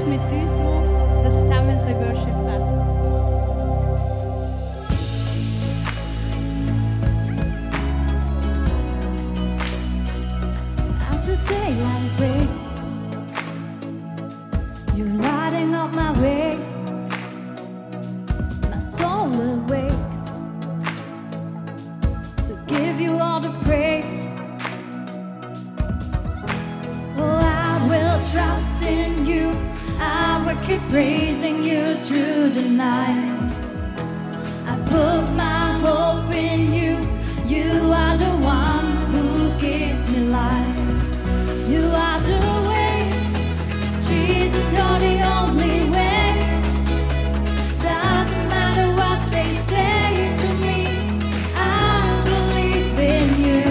mit uns auf, dass wir zusammen worshipen können. As the daylight breaks, you're lighting up my way. My soul awakes to give you all the praise. Oh, I will trust in you. I will keep praising you through the night. I put my hope in you. You are the one who gives me life. You are the way. Jesus, you're the only way. Doesn't matter what they say to me, I believe in you.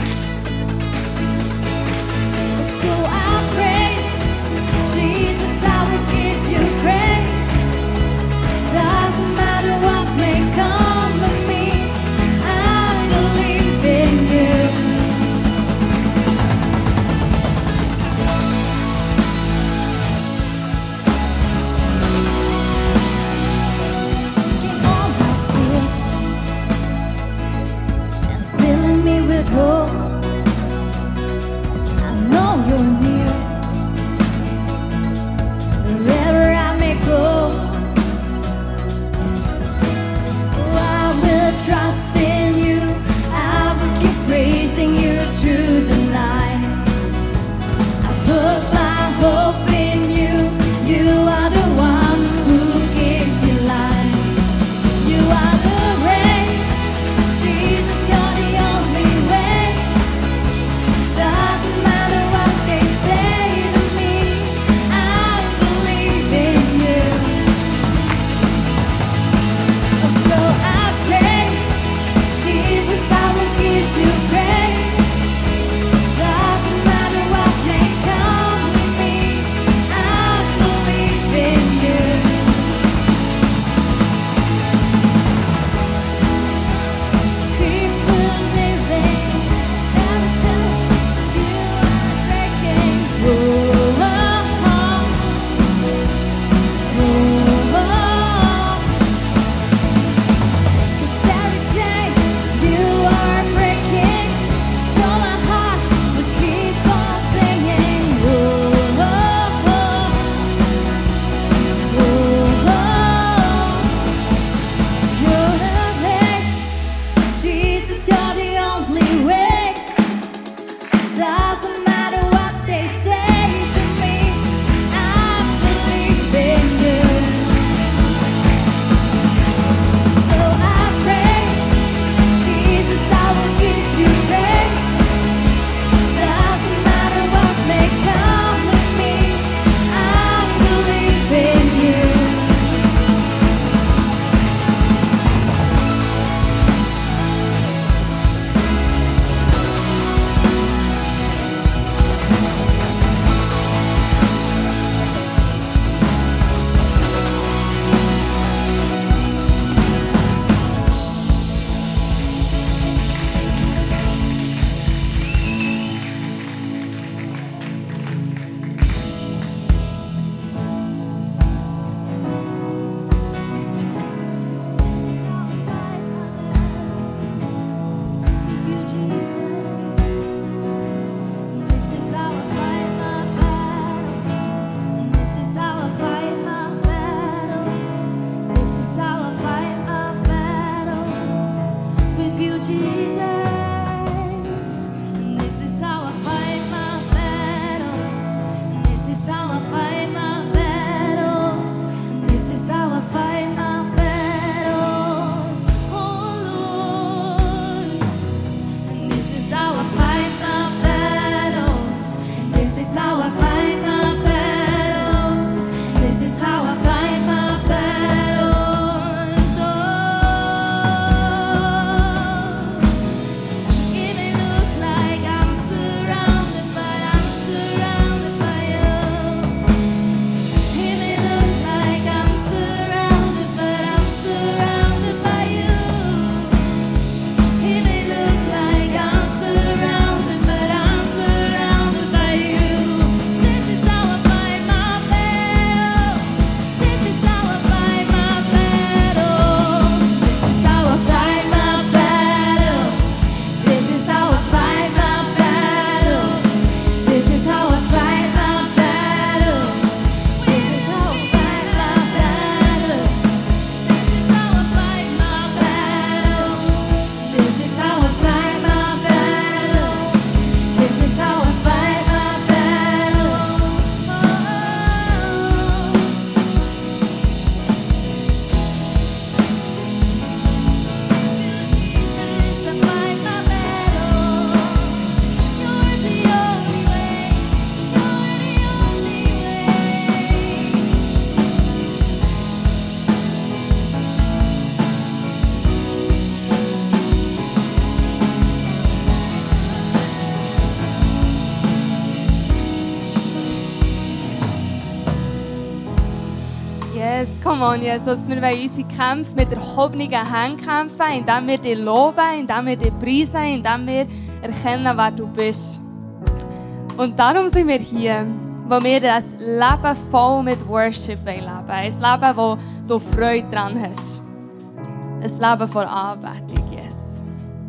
So I praise Jesus, I will give you praise. Doesn't matter what may come of me, I believe in you. Taking all my fear and filling me with hope. I know you're near wherever I may go. Oh, I will trust in you. I will keep praising you through the night. I put my hope in you. You are the one who gives me life. You are the way. Jesus, you're the only way. Doesn't matter what they say to me, I believe in you. So I praise Jesus, I will give you praise. Doesn't matter what may come to me, I believe in you. Keep believing until you are breaking. Whoa, oh, oh, oh. 'Cause every day you are breaking, so my heart will keep on singing. Whoa, oh, oh, you're the way, Jesus, you're the only way. Doesn't matter what they say to me, I believe in you. So I praise Jesus, I will give you praise. Doesn't matter what may come with me, I believe in you. This is how I fight my battle with you, Jesus. This is how I fight my battles. This is how I fight my battles. This is how I fight my battles with you, Jesus. This is how I fight my battles. This is how I fight my battles. This is how I fight my battles. Oh Lord. And this is how I fight my battles. This is how I fight my battles. This is how I fight my battles. Oh, it may look like I'm surrounded, but I'm surrounded by you. It may look like I'm surrounded, but I'm surrounded by you. It may look like I'm surrounded, but I'm surrounded by you. This is how I fight my battles. Yes, come on, Jesus. Wir wollen unsere Kämpfe mit erhobenen Händen kämpfen, indem wir dich loben, indem wir dich preisen, indem wir erkennen, wer du bist. Und darum sind wir hier, wo wir das Leben voll mit Worship leben wollen. Ein Leben, wo du Freude dran hast. Ein Leben vor Anbetung, yes.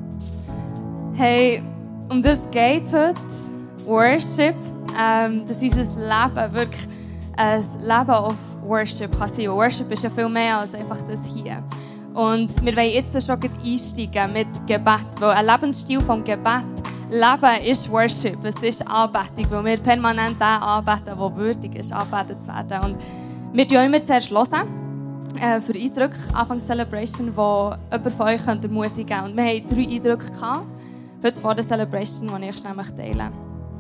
Hey, um das geht heute. Worship, dass unser Leben wirklich ein Leben auf Worship kann sein. Und Worship ist ja viel mehr als einfach das hier. Und wir wollen jetzt schon einsteigen mit Gebet, weil ein Lebensstil vom Gebet, Leben ist Worship, es ist Anbetung, weil wir permanent den anbeten, der würdig ist, angebetet zu werden. Und wir hören immer zuerst hören, für Eindrücke, Anfangs Celebration, die jemand von euch ermutigen könnte. Und wir hatten 3 Eindrücke gehabt, heute vor der Celebration, die ich schnell teilen möchte.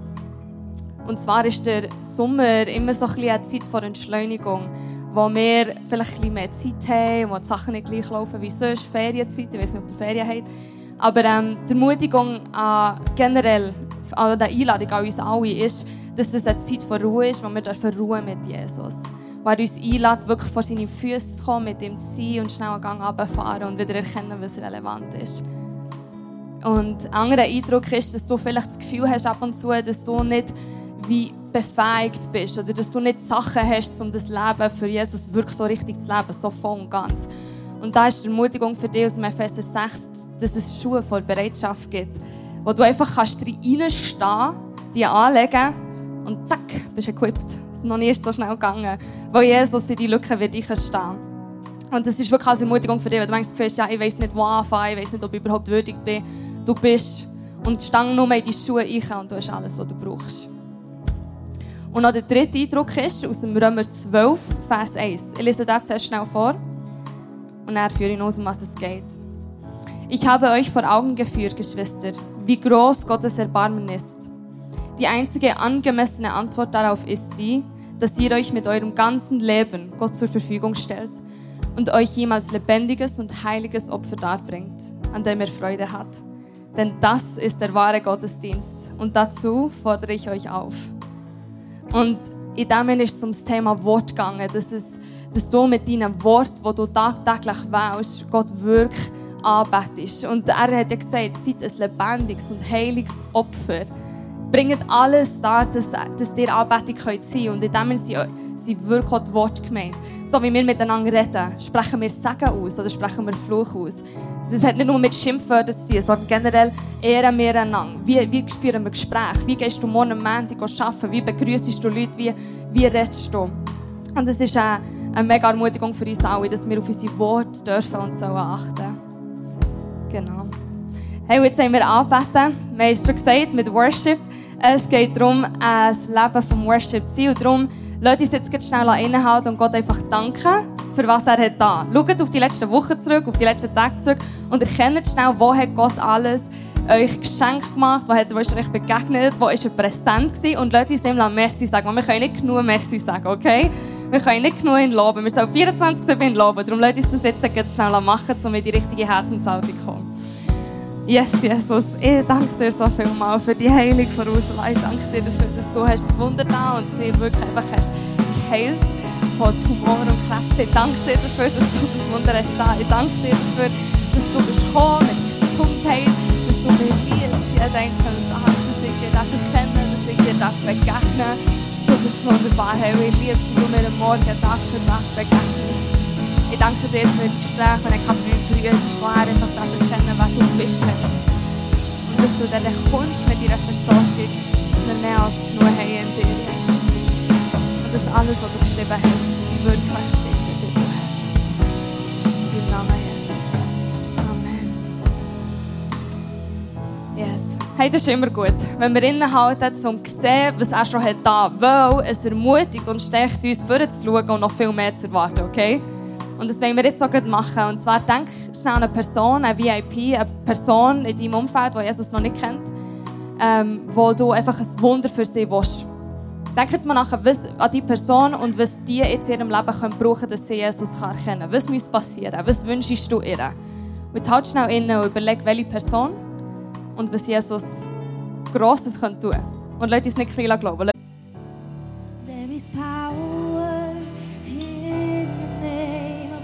Und zwar ist der Sommer immer so ein bisschen eine Zeit vor Entschleunigung, wo wir vielleicht ein bisschen mehr Zeit haben, wo die Sachen nicht gleich laufen wie sonst, Ferienzeit, ich weiss nicht, ob ihr Ferien habt. Aber die Ermutigung generell, an der Einladung an uns alle ist, dass es eine Zeit von Ruhe ist, wo wir ruhen mit Jesus. Wo er uns einlädt, wirklich vor seine Füße zu kommen, mit ihm zu sein und schnell einen Gang runterfahren und wieder erkennen, was relevant ist. Und ein anderer Eindruck ist, dass du vielleicht das Gefühl hast ab und zu, dass du nicht wie befähigt bist oder dass du nicht Sachen hast, um das Leben für Jesus wirklich so richtig zu leben, so voll und ganz. Und da ist die Ermutigung für dich aus dem Epheser 6, dass es Schuhe voll Bereitschaft gibt, wo du einfach reinstehen kannst, die anlegen und zack, bist du equipped. Es ist noch nie so schnell gegangen, weil Jesus in die Lücke wird stehen. Und das ist wirklich als Ermutigung für dich, weil du denkst, ja, ich weiss nicht, wo anfangen, ich weiss nicht, ob ich überhaupt würdig bin. Du bist und stang nur in die Schuhe rein und du hast alles, was du brauchst. Und noch der dritte Eindruck ist aus dem Römer 12, Vers 1. Ich lese das zuerst schnell vor und dann führe ich aus, um was es geht. Ich habe euch vor Augen geführt, Geschwister, wie groß Gottes Erbarmen ist. Die einzige angemessene Antwort darauf ist die, dass ihr euch mit eurem ganzen Leben Gott zur Verfügung stellt und euch ihm als lebendiges und heiliges Opfer darbringt, an dem er Freude hat. Denn das ist der wahre Gottesdienst und dazu fordere ich euch auf. Und in dem ist es um das Thema Wort gegangen, dass du mit deinen Worten, die du tagtäglich wählst, Gott wirklich anbetest. Und er hat ja gesagt, seid ein lebendiges und heiliges Opfer. Bringt alles da, dass dir Anbetung sein könnt. Und in dem sind wirklich auch die Worte gemeint. So wie wir miteinander reden, sprechen wir Segen aus oder sprechen wir Fluch aus. Das hat nicht nur mit Schimpfwörtern zu tun, sondern generell ehren wir einander. Wie führen wir Gespräche? Wie gehst du morgen am Montag arbeiten? Wie begrüßest du Leute? Wie redest du? Und es ist eine mega Ermutigung für uns alle, dass wir auf unsere Worte dürfen und sollen achten. Genau. Hey, und jetzt haben wir angebeten. Wir haben es schon gesagt, mit Worship. Es geht darum, ein Leben vom Worship zu sein. Und darum, lasst uns jetzt schnell innehalten und Gott einfach danken, für was er hat da. Schaut auf die letzten Wochen zurück, auf die letzten Tage zurück und erkennt schnell, wo hat Gott alles euch geschenkt gemacht, wo ist er euch begegnet, wo ist er präsent gewesen und lasst uns ihm Merci sagen. Wir können nicht genug Merci sagen, okay? Wir können nicht genug ihn loben. Wir sind auf 24 ihn loben. Darum lasst uns das jetzt schnell machen, um in die richtige Herzenshaltung zu kommen. Yes, Jesus, ich danke dir so vielmal für die Heilung von Ursula. Ich danke dir dafür, dass du hast das Wunder da und sie wirklich einfach hast geheilt von Tumor und Krebs. Ich danke dir dafür, dass du das Wunder hast da. Ich danke dir dafür, dass du bist gekommen mit Gesundheit, dass du mir liebst, jeden einzelnen Tag, dass ich dir erkennen darf, dass ich dir begegnen darf. Du bist wunderbar, Herr, ich liebe es, wie du mir Morgen Tag für Tag begegnest. Ich danke dir für das Gespräch, wenn ich mit Brüdern schwer einfach erkennen, wer du bist, Herr. Und dass du dann kommst mit deiner Versorgung, dass wir mehr als genug haben in dir, Jesus. Und dass alles, was du geschrieben hast, wirklich steht mit dir, Herr. In deinem Namen, Jesus. Amen. Yes. Hey, das ist immer gut, wenn wir innehalten, um zu sehen, was er schon hat da, weil es ermutigt und stärkt uns, vorzuschauen und noch viel mehr zu erwarten, okay? Und das wollen wir jetzt auch machen. Und zwar denk schnell an eine Person, eine VIP, eine Person in deinem Umfeld, die Jesus noch nicht kennt, wo du einfach ein Wunder für sie willst. Denk jetzt mal nachher an die Person und was die jetzt in ihrem Leben brauchen können, dass sie Jesus erkennen kann. Was muss passieren? Was wünschst du ihr? Und jetzt halt schnell inne und überleg, welche Person und was Jesus Grosses tun kann. Und lass uns nicht glauben. There is power in the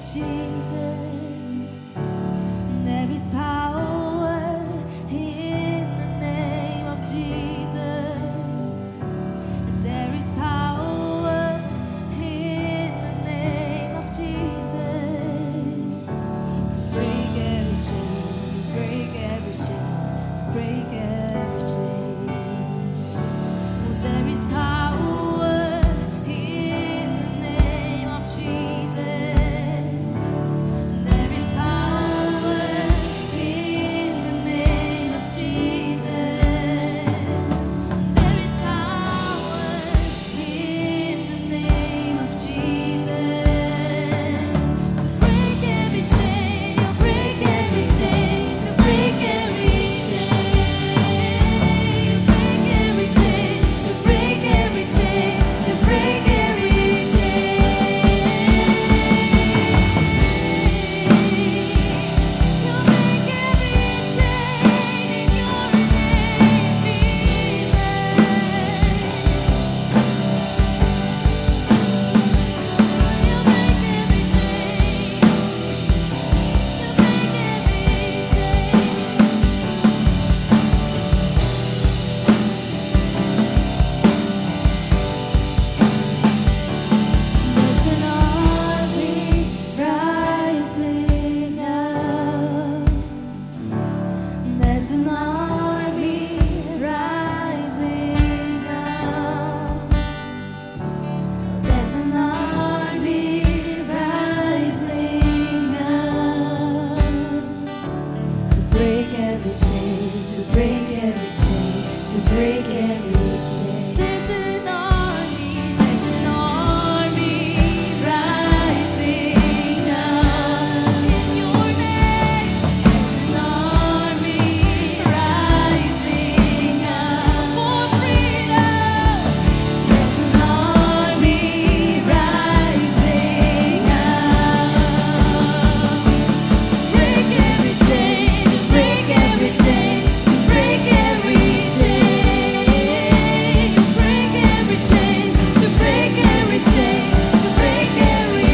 Jesus. There is power in the name of Jesus. There is power in the name of Jesus. To break every chain, you break every chain, you break every chain. Oh, there is power in the name of Jesus. There is power in the name of Jesus. There is power in the name of Jesus. To break every chain, you break every chain, to break every chain, break every chain, to break every chain, to break every chain. You break every chain in your name, There's an army rising up. There's an army rising up. There's an army rising up. To break every chain, to break every chain, to break every chain. There's an army rising up in your name. There's an army rising up for freedom. There's an army rising up to break every chain, to break every chain, to break every chain, to break every chain, to break every chain, to break every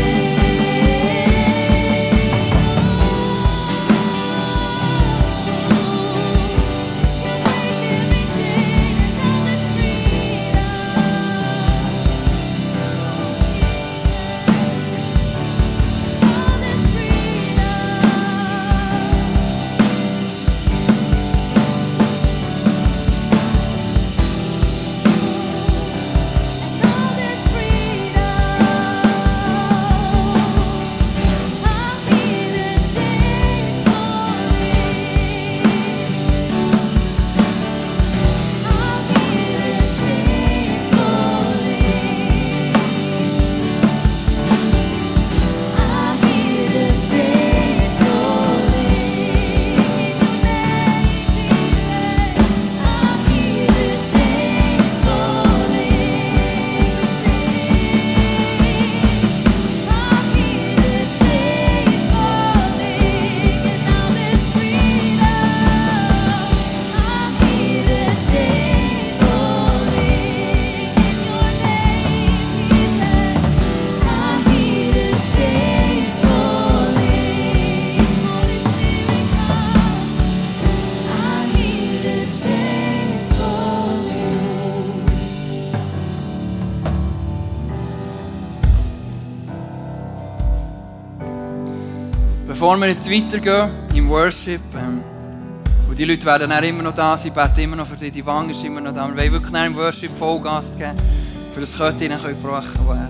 Bevor wir jetzt weitergehen im Worship, und die Leute werden dann immer noch da sein, beten immer noch für dich, die Wange ist immer noch da. Wir wollen wirklich im Worship Vollgas geben, für das Köttin gebrochen werden.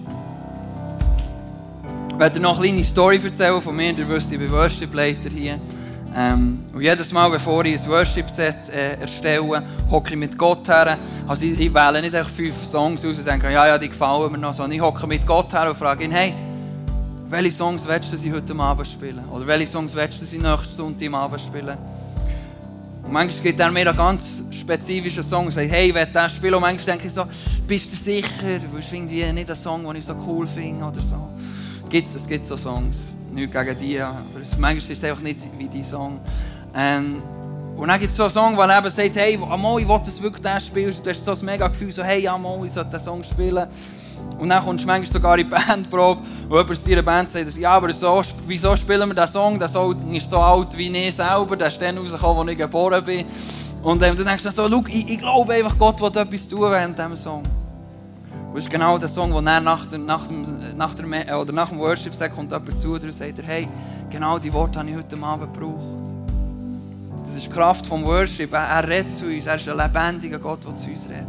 Ich werde dir noch eine kleine Story erzählen von mir, ihr wisst, ich bin Worship-Leiter hier. Und jedes Mal, bevor ich ein Worship-Set erstelle, hocke ich mit Gott her. Also ich wähle nicht einfach 5 Songs aus und denke, ja, die gefallen mir noch, sondern ich hocke mit Gott her und frage ihn, hey, welche Songs willst du, dass ich heute Abend spiele? Oder welche Songs willst du, dass ich nächsten Sonntag am Abend spiele? Und manchmal gibt er mir einen ganz spezifischen Song und sagt, hey, ich will den spielen. Und manchmal denke ich so, bist du sicher? Du bist irgendwie nicht ein Song, den ich so cool finde oder so. Es gibt so Songs. Nicht gegen die, aber manchmal ist es einfach nicht wie die Song. Und dann gibt es so einen Song, der eben sagt, hey, Amol, ich will, dass du wirklich den spielst. Du hast so ein mega Gefühl, so, hey, Amol, ich sollte diesen Song spielen. Und dann kommst du manchmal sogar in die Bandprobe, wo jemand aus deiner Band sagt, ja, aber so, wieso spielen wir diesen Song? Der Song ist so alt wie ich selber, der ist dann rausgekommen, als ich geboren bin. Und du denkst dann so, schau, ich glaube einfach, Gott will etwas tun während diesem Song. Und das ist genau der Song, wo dann nach dem Worship sagt, kommt jemand zu dir und sagt, hey, genau die Worte habe ich heute Abend gebraucht. Das ist die Kraft des Worship. Er redet zu uns, er ist ein lebendiger Gott, der zu uns redet.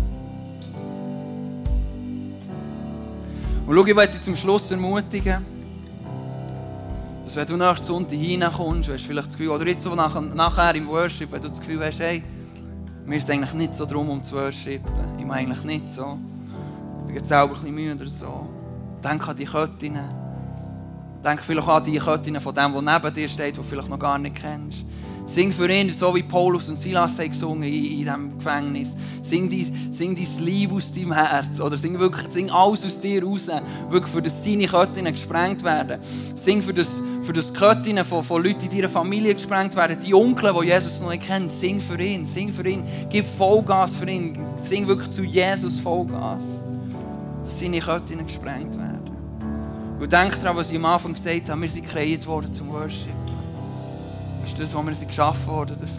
Und schau, ich möchte dich zum Schluss ermutigen, dass wenn du nächsten Sonntag hineinkommst, hast du vielleicht das Gefühl, oder jetzt so nachher im Worship, wenn du das Gefühl hast, hey, mir ist es eigentlich nicht so darum, um zu worshipen. Ich meine eigentlich nicht so. Ich bin selber ein bisschen müde oder so. Denk an die Köttinnen. Denk vielleicht an die Köttinnen von dem, der neben dir steht, den du vielleicht noch gar nicht kennst. Sing für ihn, so wie Paulus und Silas haben gesungen in diesem Gefängnis. Sing dein Lieb aus deinem Herz. Oder sing alles aus dir raus. Wirklich, für das seine Köttinnen gesprengt werden. Sing für das Köttinnen von Leuten in deiner Familie gesprengt werden. Die Onkel, die Jesus noch nicht kennen. Sing für ihn. Gib Vollgas für ihn. Sing wirklich zu Jesus Vollgas. Dass seine Köttinnen gesprengt werden. Und denk daran, was ich am Anfang gesagt habe. Wir sind kreiert worden zum Worship. Das ist das, was wir sind geschaffen worden dafür.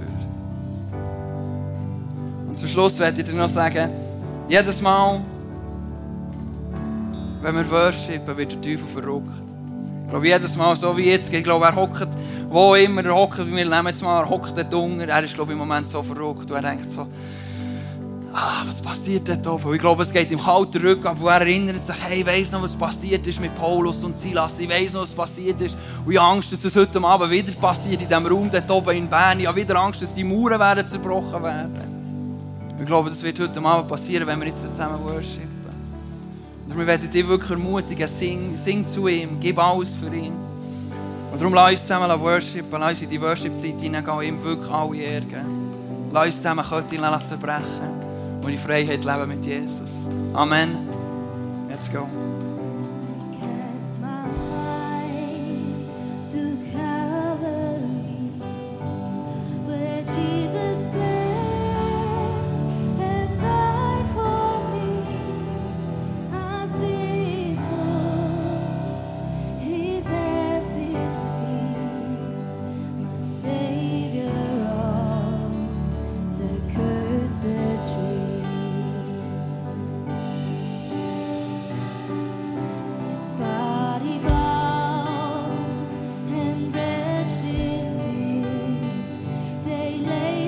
Und zum Schluss werde ich dir noch sagen, jedes Mal, wenn wir worshipen, wird der Teufel verrückt. Ich glaube, jedes Mal, so wie jetzt, ich glaube, er hockt, wo immer er hockt, wir nehmen jetzt mal, er hockt dort unten, er ist, glaube ich, im Moment so verrückt und er denkt so, was passiert dort oben? Ich glaube, es geht ihm kalten Rücken ab, wo er erinnert sich, hey, ich weiss noch, was passiert ist mit Paulus und Silas. Ich weiss noch, was passiert ist. Und ich habe Angst, dass es heute Abend wieder passiert, in diesem Raum dort oben in Bern. Ich habe wieder Angst, dass die Mauern werden zerbrochen werden. Ich glaube, das wird heute Abend passieren, wenn wir jetzt zusammen worshipen. Und wir werden dich wirklich ermutigen, sing zu ihm, gib alles für ihn. Und darum lass uns zusammen worshipen, lass uns in die Worship-Zeit hineingehen, ihm wirklich alle Ehre geben. Lass uns zusammen Köttin zerbrechen. Und in Freiheit leben mit Jesus. Amen. Let's go. Cast my mind to Calvary, where Jesus bled and died for me. I see His wounds, His hands, His feet, my Savior on the cursed tree. Body bound and drenched in tears, they lay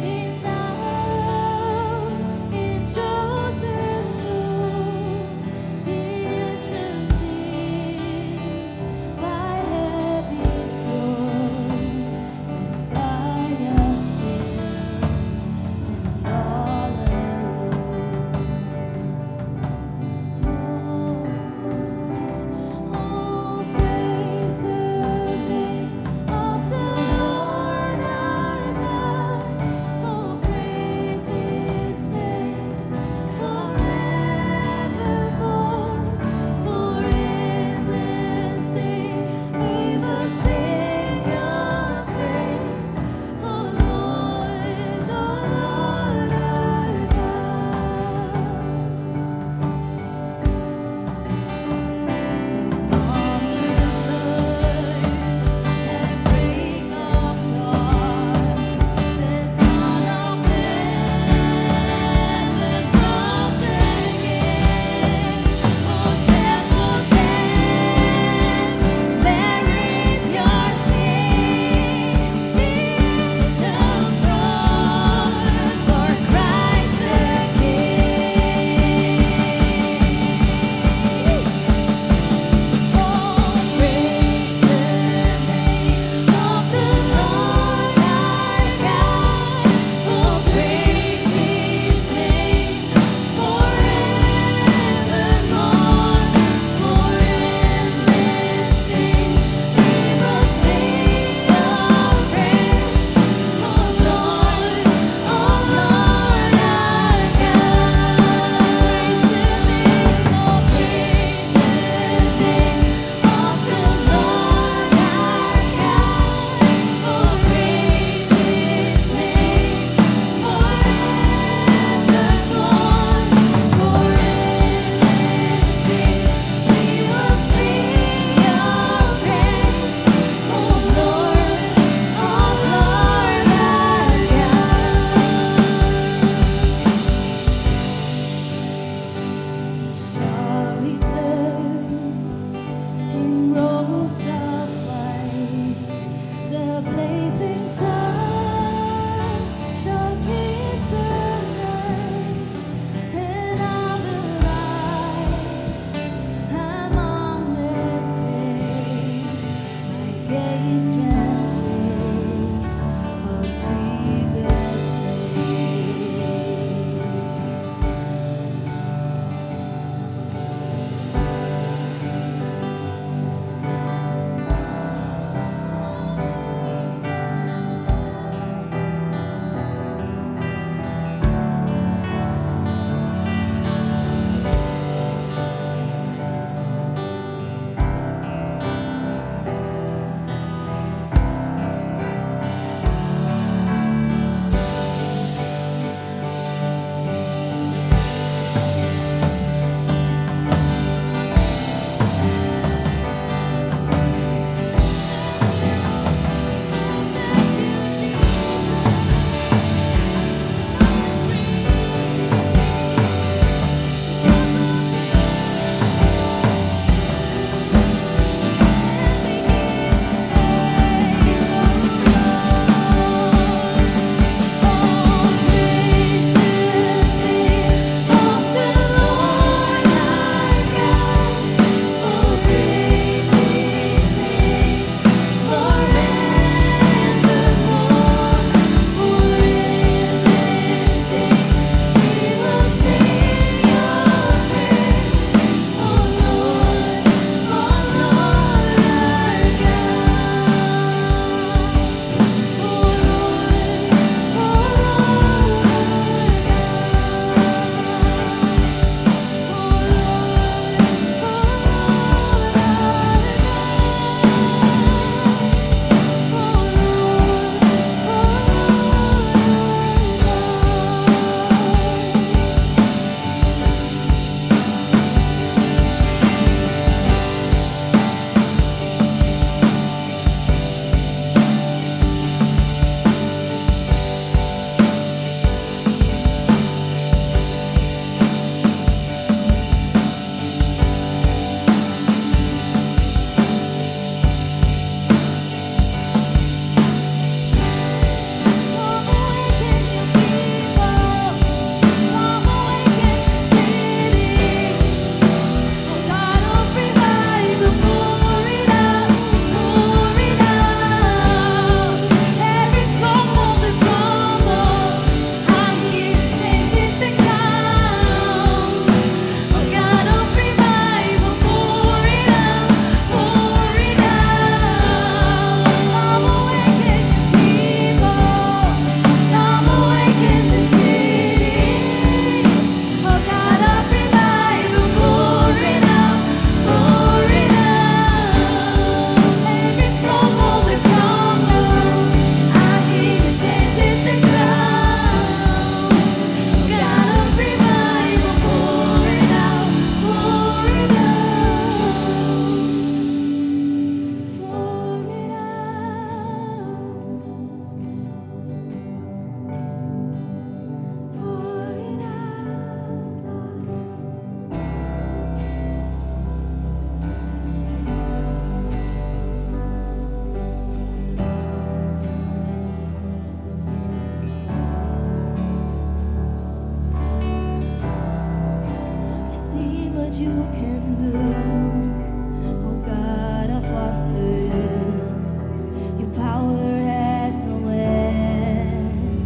you can do. Oh God of wonders, your power has no end.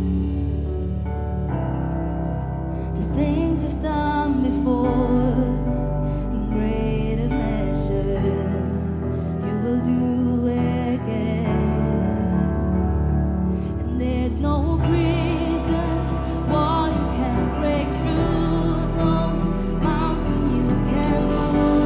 The things you've done before, in greater measure, you will do again. And there's no prison wall you can't break through, no mountain you can move.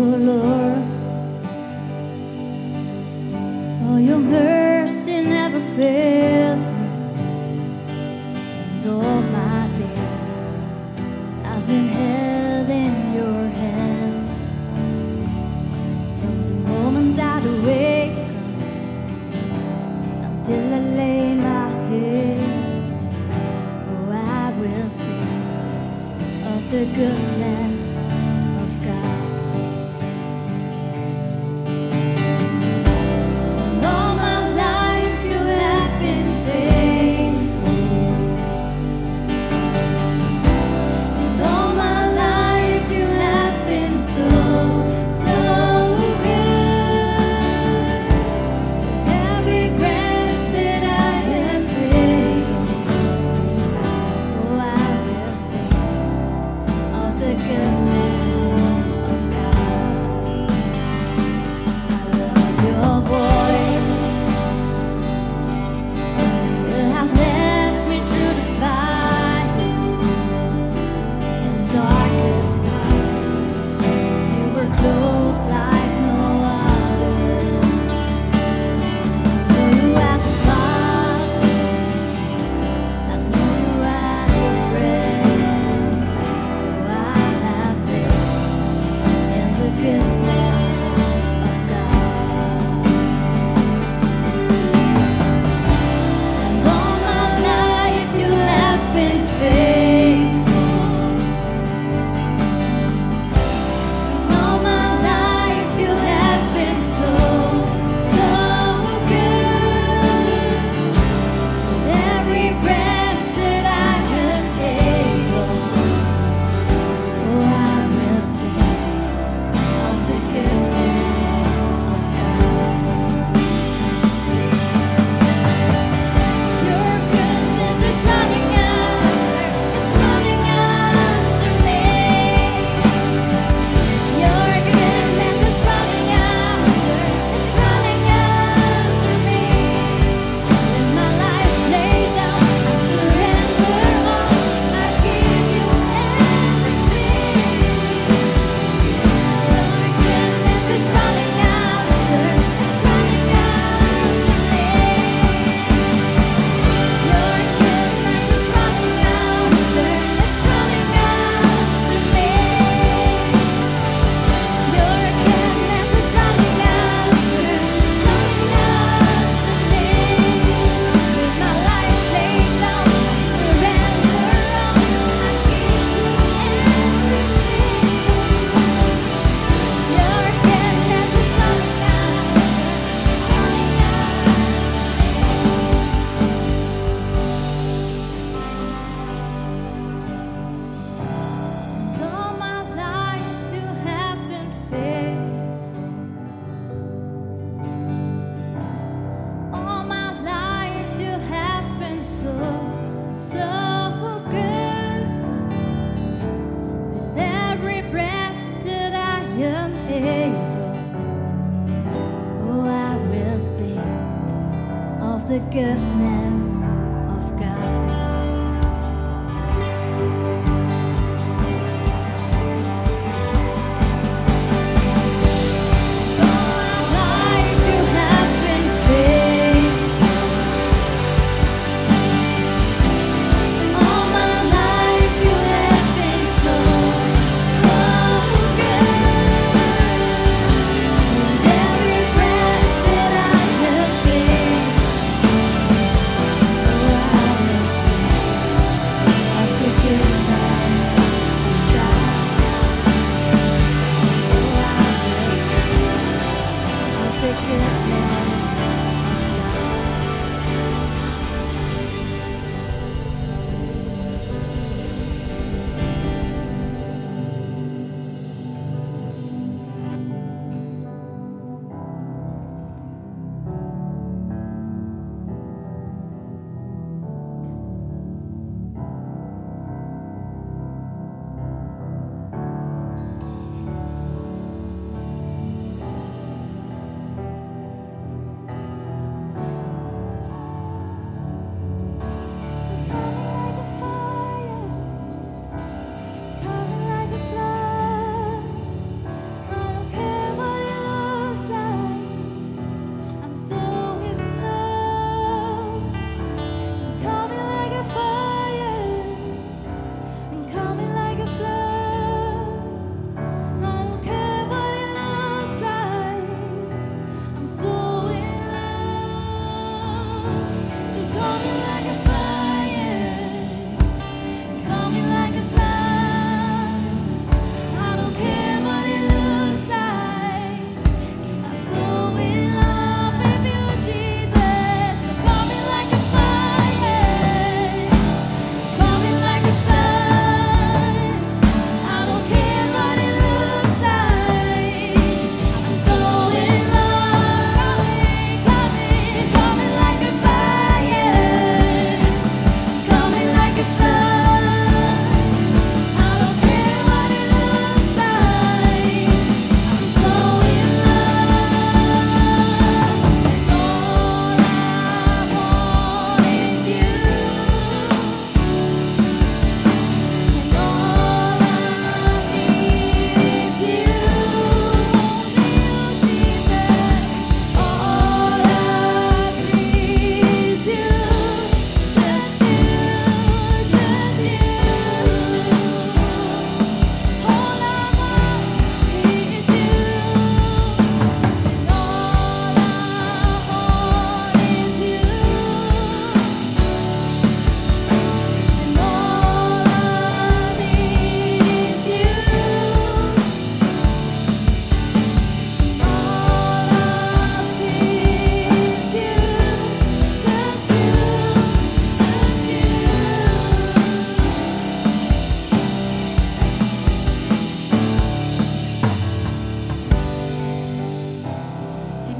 oh Lord. Oh, your mercy never fails me. And all my days I've been held in your hand. From the moment that I wake up until I lay my head, oh, I will sing of the goodness of God. And all my life you have been faithful. And all my life you have been so, so good. With every breath that I am able, oh, I will sing of the goodness of God. I love your voice. You have led me through the fire and darkest night. You were close like no other. I've known you as a father. I've known you as a friend. Oh, I have lived in the goodness of God. And all my life you have been faithful. And all my life you have been so, so good. With every breath that I am able, oh, I will sing of the goodness of God. Your goodness is running after, it's running after me. Your goodness is running after, it's running after me. With my life laid down, I surrender all, I give you everything. Your goodness is running after, it's running after me. Your goodness is running after, it's running after me. Your goodness is running after, it's running after me. With my life laid down, I surrender all, I give you everything. Your goodness is running after, it's running after. And all my life you have been faithful. All my life you have been so, so good. With every breath that I am able, oh, I will sing of the goodness of God. All my life you have been faithful. All my life you have been so, so good. With every breath that I have been,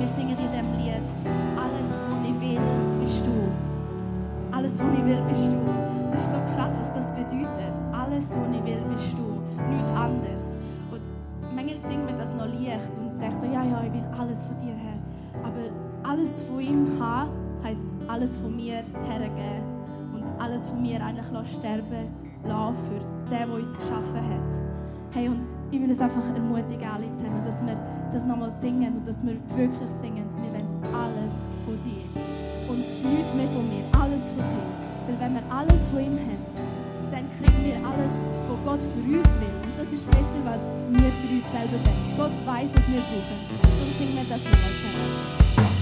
Wir singen in diesem Lied, alles, was ich will, bist du. Alles, was ich will, bist du. Das ist so krass, was das bedeutet. Alles, was ich will, bist du. Nichts anderes. Und manchmal singt man das noch leicht und denkt so, ja, ich will alles von dir her. Aber alles von ihm haben, heisst alles von mir hergeben. Und alles von mir eigentlich sterben lassen für den, der uns geschaffen hat. Hey, und ich will uns einfach ermutigen, alle zusammen, dass wir das nochmal singen und dass wir wirklich singen. Wir wollen alles von dir. Und nichts mehr von mir, alles von dir. Weil wenn wir alles von ihm haben, dann kriegen wir alles, was Gott für uns will. Und das ist besser, was wir für uns selber wollen. Gott weiß, was wir brauchen. Darum singen wir das nochmal zusammen.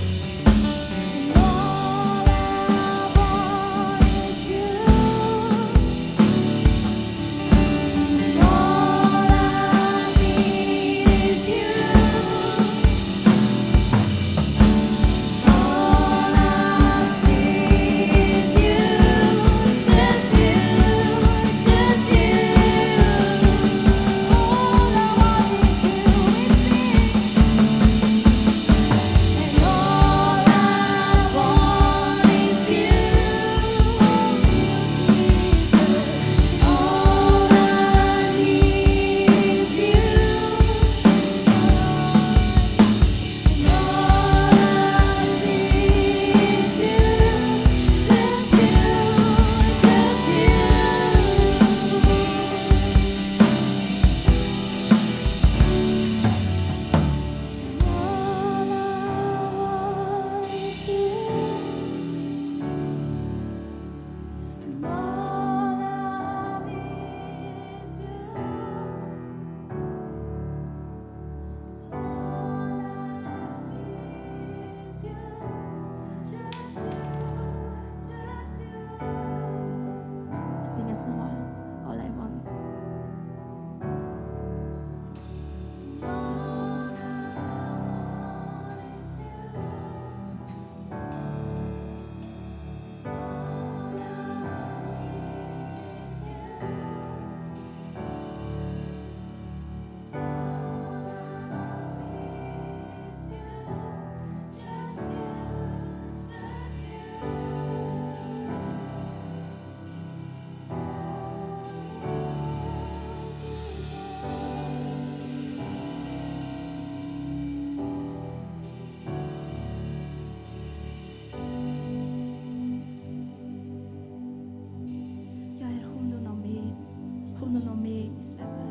Komm noch mehr in mein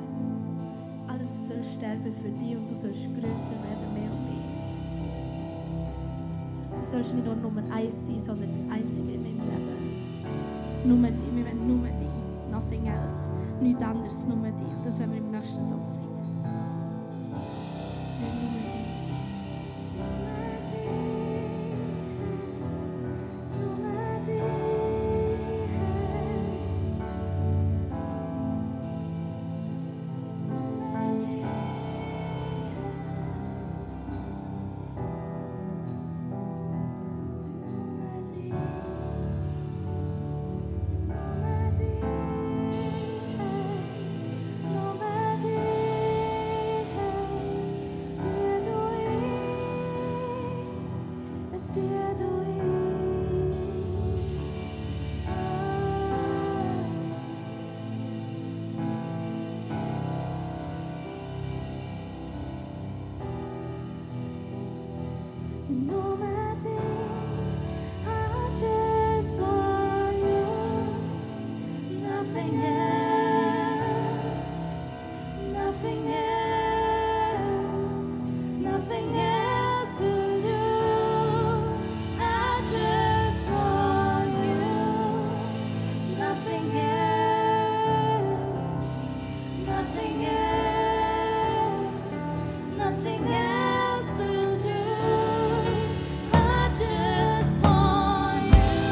Leben. Alles soll sterben für dich und du sollst grösser werden, mehr und mehr. Du sollst nicht nur Nummer 1 sein, sondern das Einzige in meinem Leben. Nur dich, wir wollen nur dich. Nothing else. Nichts anderes, nur dich. Das werden wir im nächsten Song singen. Nothing else will do. I just want you.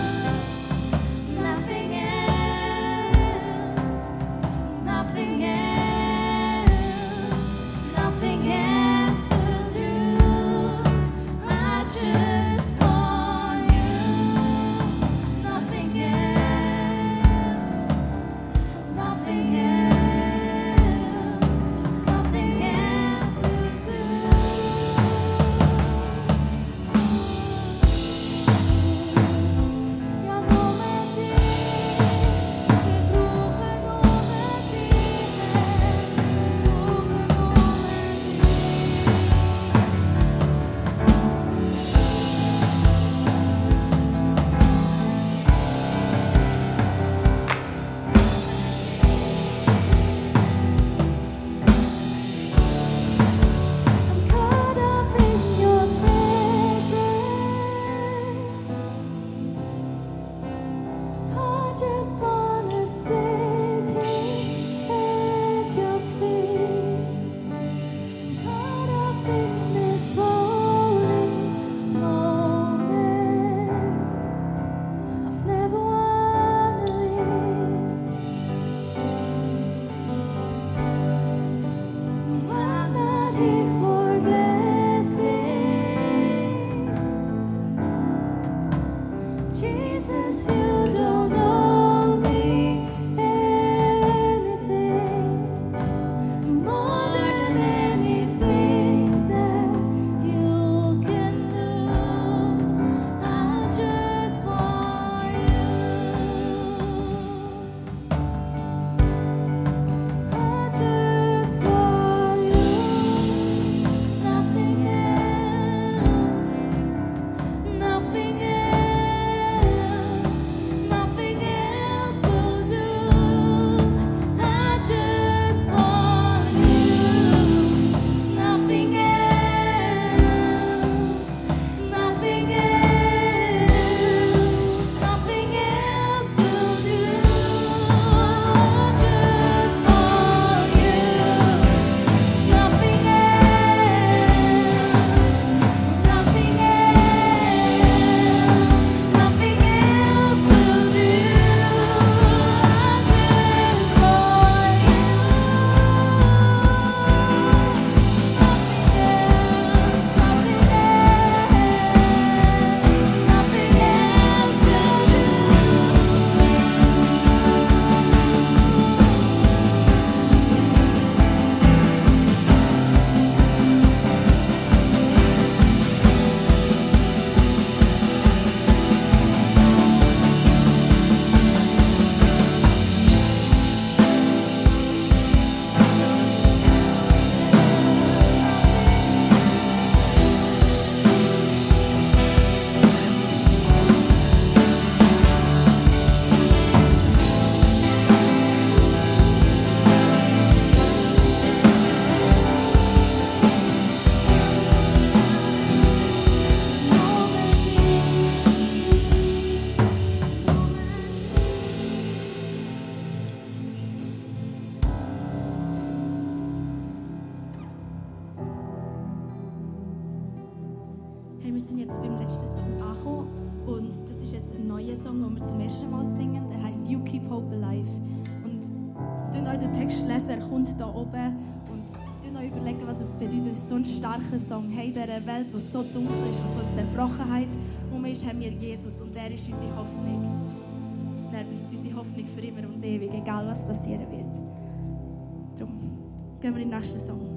Hey, wir sind jetzt beim letzten Song angekommen und das ist jetzt ein neuer Song, den wir zum ersten Mal singen. Der heisst «You Keep Hope Alive». Und könnt euch den Text lesen, er kommt hier oben. Und könnt euch überlegen, was es bedeutet. Es ist so ein starker Song. Hey, in dieser Welt, die so dunkel ist, wo so Zerbrochenheit ist, haben wir Jesus und er ist unsere Hoffnung. Und er bleibt unsere Hoffnung für immer und ewig, egal was passieren wird. Darum gehen wir in den nächsten Song.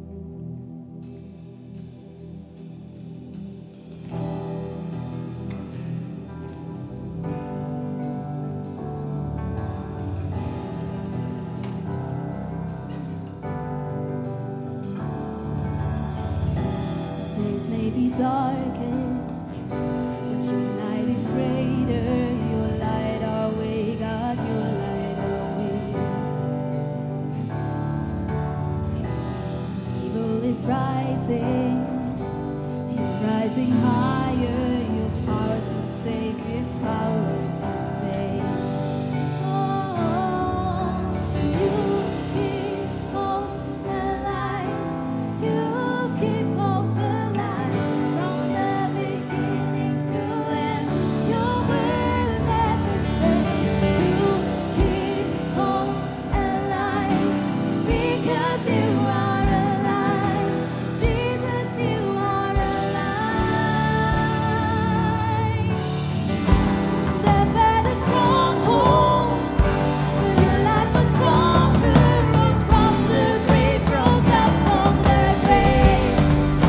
Days may be darkest, but your light is greater. Your light our way, God, your light our way. When evil is rising, you're rising higher. Your power to save, with power to save. Oh, you keep hope alive. You keep hope alive from the beginning to end. Your word never fails. You keep hope alive because you are alive. Jesus, you are alive. Death had a stronghold, but your life was stronger. Rose from the grave, rose up from the grave.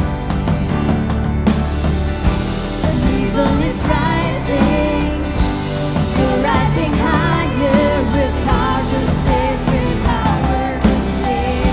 When evil is rising, you're rising higher with power to save, with power to save.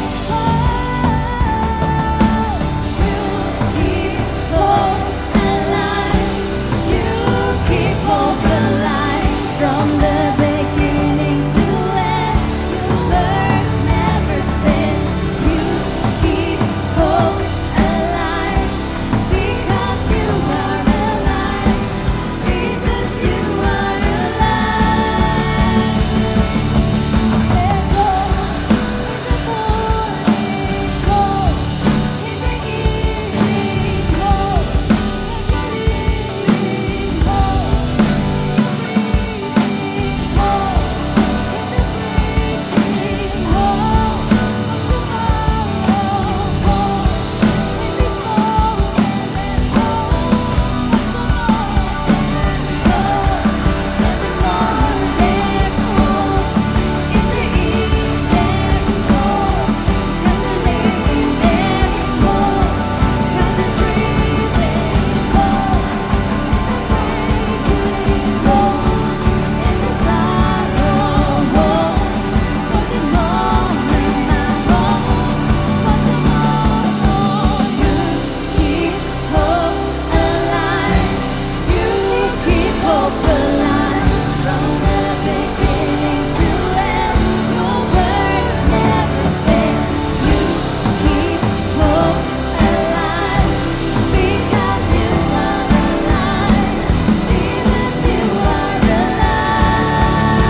Oh, you keep hope alive. You keep hope alive from the beginning to end. Your word never fails. You keep hope alive because you are alive. Jesus, you are alive. There's hope in the morning, hope in the evening, hope. There's a living hope in the breathing, hope in the breaking, hope from tomorrow, hope in this moment, and hope from tomorrow. There's hope in the morning, hope in the evening, hope. Got to live in hope, got to breathe in hope, in the breaking hope, in the sorrow hope. For this moment, my hope for tomorrow. You keep hope alive. You keep hope alive from the beginning to end. Your word never fails. You keep hope alive because you are alive. Jesus, you are alive.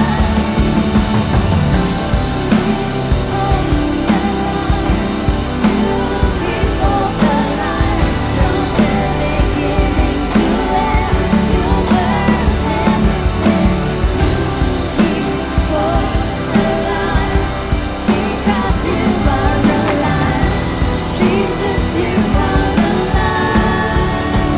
You keep hope alive from the beginning to end. Your word never fails. You keep hope alive because you are alive. Jesus, you are alive.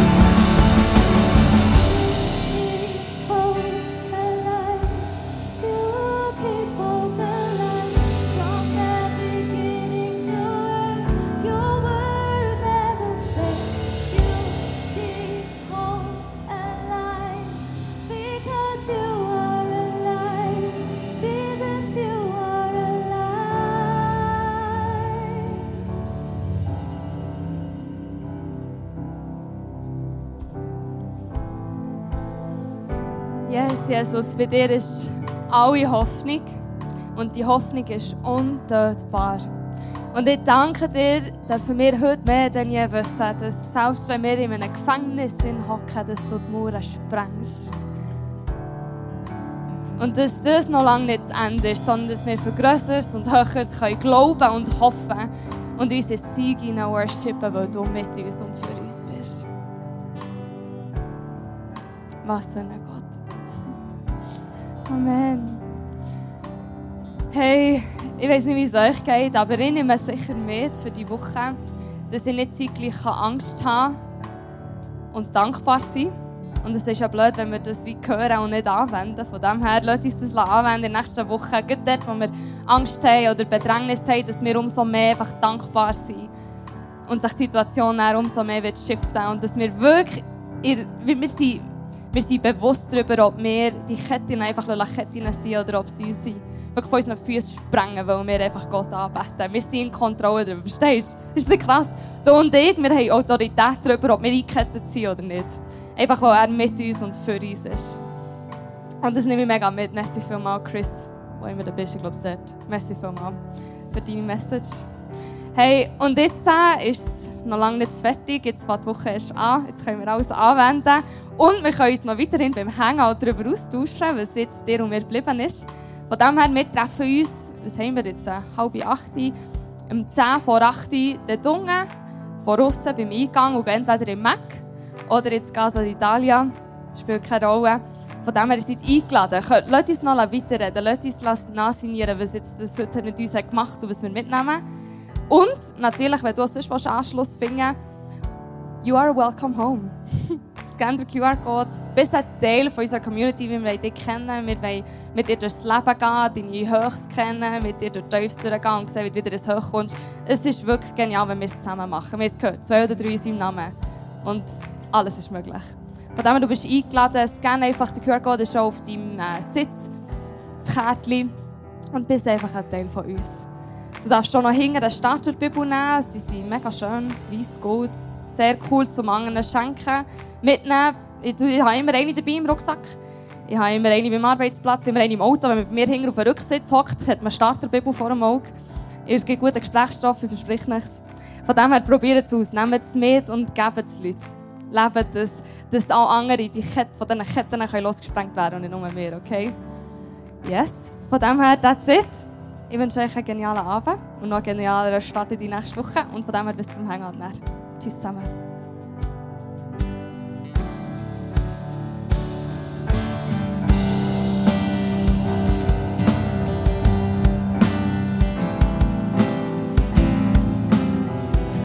Keep hope alive. You keep hope alive from the beginning to end. Your word never fails. You keep hope alive because you are alive. Jesus, you are alive. Yes, Jesus, bei dir ist alle Hoffnung und die Hoffnung ist untötbar. Und ich danke dir, dürfen wir heute mehr denn je wissen, dass selbst wenn wir in einem Gefängnis hocken, dass du die Mauern sprengst. Und dass das noch lange nicht das Ende ist, sondern dass wir für Grösseres und Höheres glauben und hoffen können. und unseren Sieg worshipen, weil du mit uns und für uns bist. Was für ein Gott. Amen. Hey, ich weiss nicht, wie es euch geht, aber ich nehme sicher mit für die Woche, dass ich nicht zeitgleich Angst haben und dankbar sein. Und es ist ja blöd, wenn wir das wie hören und nicht anwenden. Von dem her, lasst uns das anwenden in der nächsten Woche. Gerade dort, wo wir Angst haben oder Bedrängnis haben, dass wir umso mehr einfach dankbar sind. Und sich die Situation dann umso mehr wird shiften. Und dass wir wirklich, wir sind bewusst darüber, ob wir die Ketten einfach Ketten sind oder ob sie uns sind. Wirklich von unseren Füßen sprengen, weil wir einfach Gott anbeten. Wir sind in Kontrolle darüber. Verstehst du? Ist das krass? Du und ich, wir haben Autorität darüber, ob wir eingekettet sind oder nicht. Einfach, weil er mit uns und für uns ist. Und das nehme ich mega mit. Merci vielmals, Chris, wo immer du bist. Ich glaube, es dort. Merci vielmals für deine Message. Hey, und jetzt ist es noch lange nicht fertig. Jetzt fängt die Woche erst an. Jetzt können wir alles anwenden. Und wir können uns noch weiterhin beim Hangout darüber austauschen, was jetzt dir und mir geblieben ist. Von dem her, wir treffen uns, was haben wir jetzt? 7:30, um 7:10 dort unten, von aussen beim Eingang und gehen entweder im Mac oder jetzt Casa d'Italia. Spielt keine Rolle. Von dem her, ihr seid eingeladen. Lasst uns noch weiterreden, lasst uns nachsignieren, was jetzt das heute mit uns gemacht hat und was wir mitnehmen. Und natürlich, wenn du sonst Anschluss finden willst, you are welcome home. Scan den QR-Code. Bist ein Teil von unserer Community, wie wir dich kennen. Wir wollen mit dir durchs Leben gehen, deine Höchst kennen, mit dir durch die Tiefs durchgehen und sehen, wie du wieder ins Hoch kommst. Es ist wirklich genial, wenn wir es zusammen machen. Wir haben es gehört, 2 oder 3 in seinem Namen. Und alles ist möglich. Von dem her, du bist eingeladen. Scan einfach den QR-Code, ist schon auf deinem Sitz, das Kärtchen, und bist einfach ein Teil von uns. Du darfst schon noch hinten eine Starterbibel nehmen. Sie sind mega schön, weiss, gold. Sehr cool zum anderen schenken. Mitnehmen. Ich habe immer eine dabei im Rucksack. Ich habe immer eine beim Arbeitsplatz, immer eine im Auto. Wenn man bei mir hinten auf dem Rücksitz hockt, hat man eine Starterbibel vor dem Auge. Es gibt gute Gesprächsstoff, ich verspreche nichts. Von dem her, probiert es aus. Nehmt es mit und gebt es Leuten. Lebt es, dass auch andere von diesen Ketten losgesprengt werden und nicht nur wir, okay? Yes. Von dem her, that's it. Ich wünsche euch einen genialen Abend und noch einen genialen Start in die nächste Woche. Und von dem her bis zum Hangout. Tschüss zusammen.